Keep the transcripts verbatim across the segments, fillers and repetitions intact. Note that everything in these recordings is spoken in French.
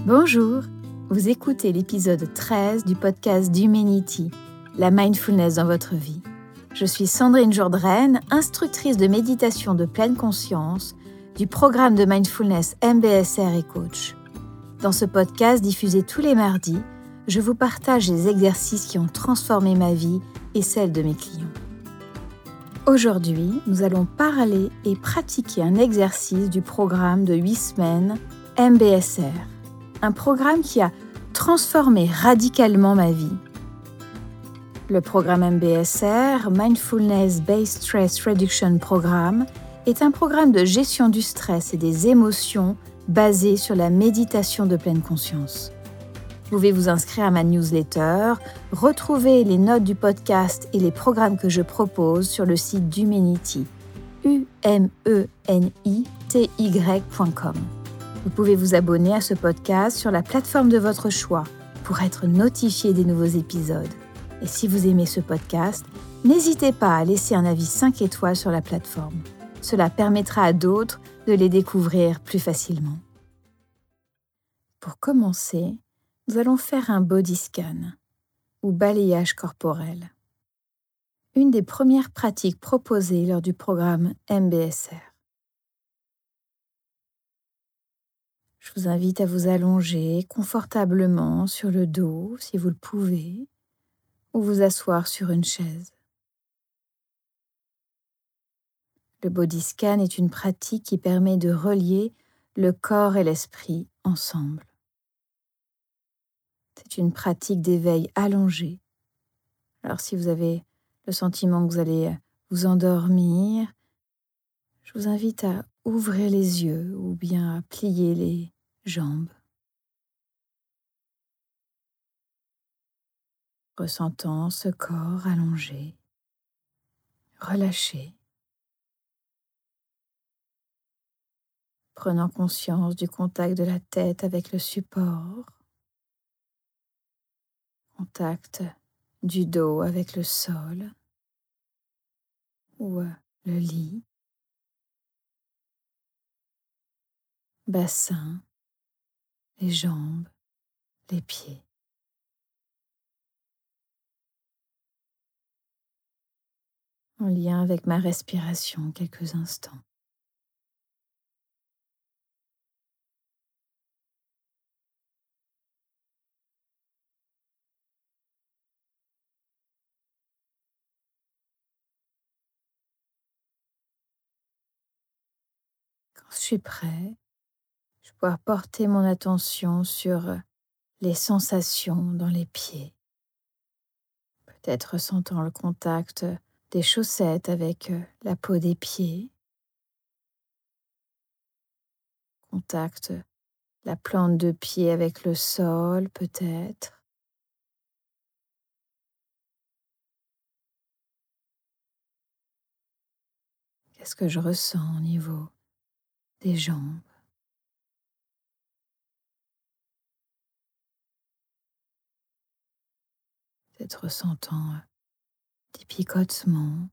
Bonjour, vous écoutez l'épisode treize du podcast d'Humanity, la mindfulness dans votre vie. Je suis Sandrine Jourdraine, instructrice de méditation de pleine conscience du programme de mindfulness M B S R et coach. Dans ce podcast diffusé tous les mardis, je vous partage les exercices qui ont transformé ma vie et celle de mes clients. Aujourd'hui, nous allons parler et pratiquer un exercice du programme de huit semaines M B S R, un programme qui a transformé radicalement ma vie. Le programme M B S R, Mindfulness Based Stress Reduction Programme, est un programme de gestion du stress et des émotions basé sur la méditation de pleine conscience. Vous pouvez vous inscrire à ma newsletter, retrouver les notes du podcast et les programmes que je propose sur le site d'Humanity, U M E N I T Y point com. Vous pouvez vous abonner à ce podcast sur la plateforme de votre choix pour être notifié des nouveaux épisodes. Et si vous aimez ce podcast, n'hésitez pas à laisser un avis cinq étoiles sur la plateforme. Cela permettra à d'autres de les découvrir plus facilement. Pour commencer, nous allons faire un body scan ou balayage corporel. Une des premières pratiques proposées lors du programme M B S R. Je vous invite à vous allonger confortablement sur le dos, si vous le pouvez, ou vous asseoir sur une chaise. Le body scan est une pratique qui permet de relier le corps et l'esprit ensemble. C'est une pratique d'éveil allongé. Alors si vous avez le sentiment que vous allez vous endormir, je vous invite à ouvrir les yeux ou bien à plier les jambes. Ressentant ce corps allongé, relâché, prenant conscience du contact de la tête avec le support, contact du dos avec le sol ou le lit, bassin, les jambes, les pieds. En lien avec ma respiration quelques instants. Quand je suis prêt, je vais pouvoir porter mon attention sur les sensations dans les pieds. Peut-être ressentant le contact des chaussettes avec la peau des pieds. Contact la plante de pied avec le sol, peut-être. Qu'est-ce que je ressens au niveau des jambes? Peut-être ressentant des picotements.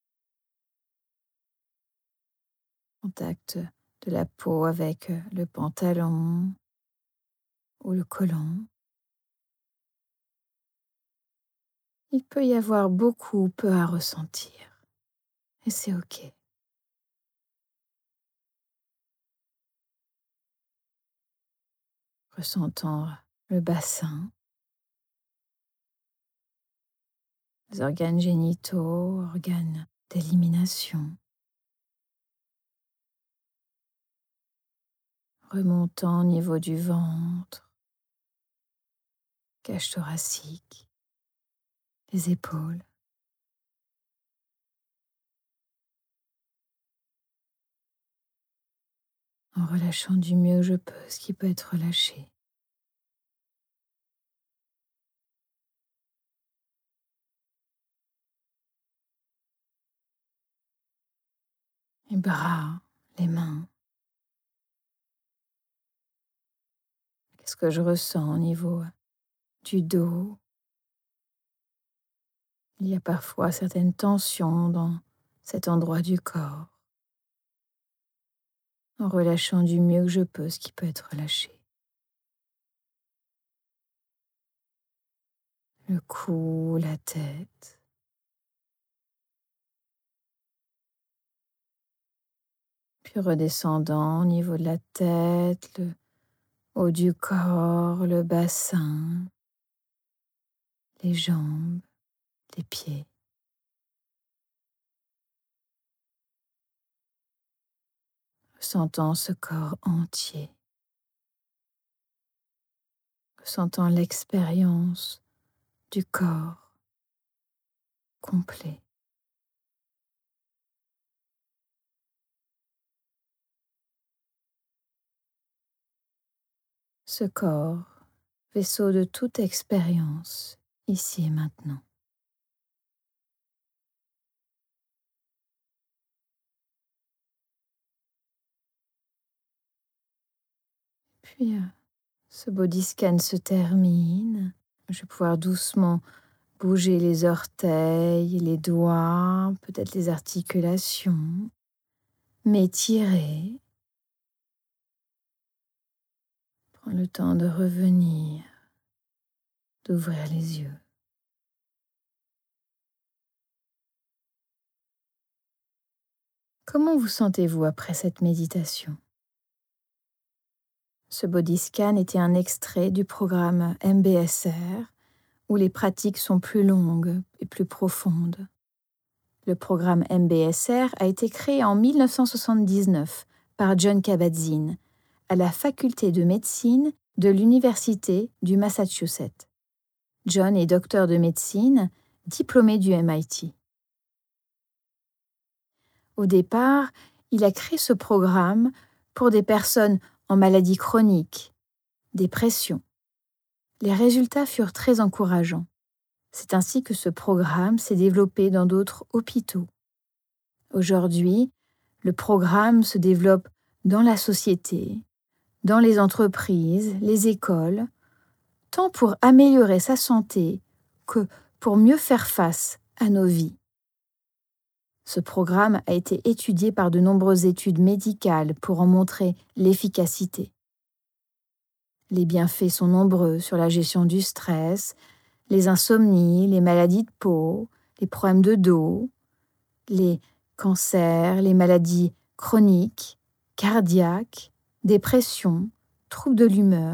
Contact de la peau avec le pantalon ou le collant. Il peut y avoir beaucoup peu à ressentir, et c'est ok. Ressentant le bassin, les organes génitaux, organes d'élimination, remontant au niveau du ventre, cage thoracique, les épaules. En relâchant du mieux que je peux ce qui peut être relâché. Les bras, les mains. Qu'est-ce que je ressens au niveau du dos? Il y a parfois certaines tensions dans cet endroit du corps. En relâchant du mieux que je peux ce qui peut être relâché. le cou, la tête. Puis redescendant au niveau de la tête, le haut du corps, le bassin, les jambes, les pieds. Ressentant ce corps entier. Ressentant l'expérience du corps complet. Ce corps, vaisseau de toute expérience, ici et maintenant. Puis, euh, ce body scan se termine. Je vais pouvoir doucement bouger les orteils, les doigts, peut-être les articulations, m'étirer. Prends le temps de revenir, d'ouvrir les yeux. Comment vous sentez-vous après cette méditation? Ce body scan était un extrait du programme M B S R, où les pratiques sont plus longues et plus profondes. Le programme M B S R a été créé en mille neuf cent soixante-dix-neuf par Jon Kabat-Zinn à la faculté de médecine de l'Université du Massachusetts. Jon est docteur de médecine, diplômé du M I T. Au départ, il a créé ce programme pour des personnes en maladie chronique, dépression. Les résultats furent très encourageants. C'est ainsi que ce programme s'est développé dans d'autres hôpitaux. Aujourd'hui, le programme se développe dans la société, dans les entreprises, les écoles, tant pour améliorer sa santé que pour mieux faire face à nos vies. Ce programme a été étudié par de nombreuses études médicales pour en montrer l'efficacité. Les bienfaits sont nombreux sur la gestion du stress, les insomnies, les maladies de peau, les problèmes de dos, les cancers, les maladies chroniques, cardiaques, dépression, troubles de l'humeur.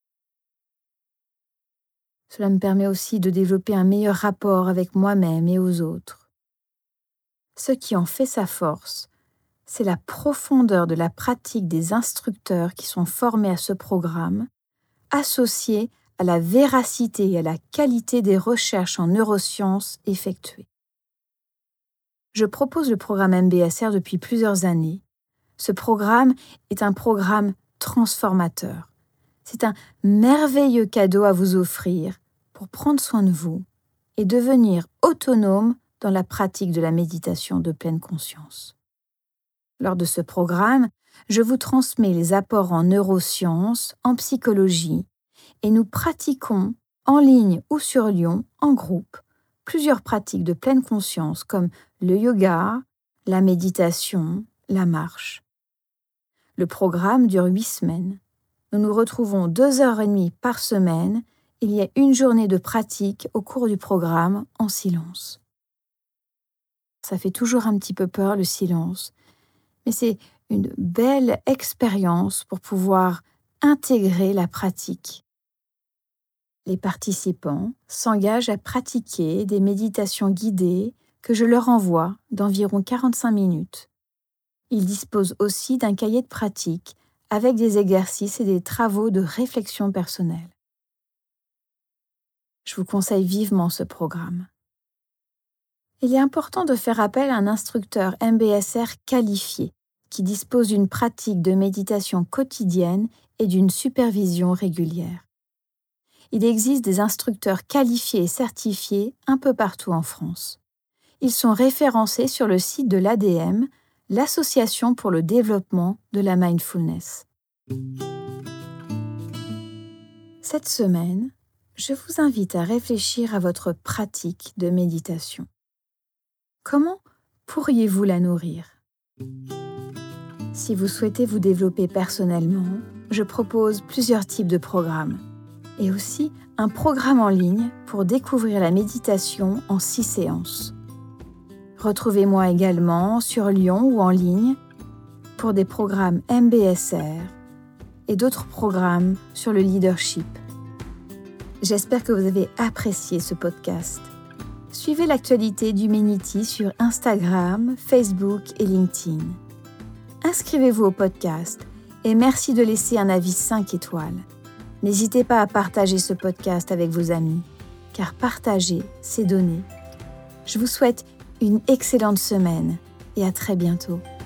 Cela me permet aussi de développer un meilleur rapport avec moi-même et aux autres. Ce qui en fait sa force, c'est la profondeur de la pratique des instructeurs qui sont formés à ce programme, associée à la véracité et à la qualité des recherches en neurosciences effectuées. Je propose le programme M B S R depuis plusieurs années. Ce programme est un programme transformateur. C'est un merveilleux cadeau à vous offrir pour prendre soin de vous et devenir autonome dans la pratique de la méditation de pleine conscience. Lors de ce programme, je vous transmets les apports en neurosciences, en psychologie, et nous pratiquons, en ligne ou sur Lyon, en groupe, plusieurs pratiques de pleine conscience comme le yoga, la méditation, la marche. Le programme dure huit semaines. Nous nous retrouvons deux heures et demie par semaine. Il y a une journée de pratique au cours du programme en silence. Ça fait toujours un petit peu peur, le silence, mais c'est une belle expérience pour pouvoir intégrer la pratique. Les participants s'engagent à pratiquer des méditations guidées que je leur envoie d'environ quarante-cinq minutes. Ils disposent aussi d'un cahier de pratique avec des exercices et des travaux de réflexion personnelle. Je vous conseille vivement ce programme. Il est important de faire appel à un instructeur M B S R qualifié qui dispose d'une pratique de méditation quotidienne et d'une supervision régulière. Il existe des instructeurs qualifiés et certifiés un peu partout en France. Ils sont référencés sur le site de l'A D M, l'Association pour le développement de la mindfulness. Cette semaine, je vous invite à réfléchir à votre pratique de méditation. Comment pourriez-vous la nourrir? Si vous souhaitez vous développer personnellement, je propose plusieurs types de programmes et aussi un programme en ligne pour découvrir la méditation en six séances. Retrouvez-moi également sur Lyon ou en ligne pour des programmes M B S R et d'autres programmes sur le leadership. J'espère que vous avez apprécié ce podcast. Suivez l'actualité d'Humanity sur Instagram, Facebook et LinkedIn. Inscrivez-vous au podcast et merci de laisser un avis cinq étoiles. N'hésitez pas à partager ce podcast avec vos amis, car partager, c'est donner. Je vous souhaite une excellente semaine et à très bientôt.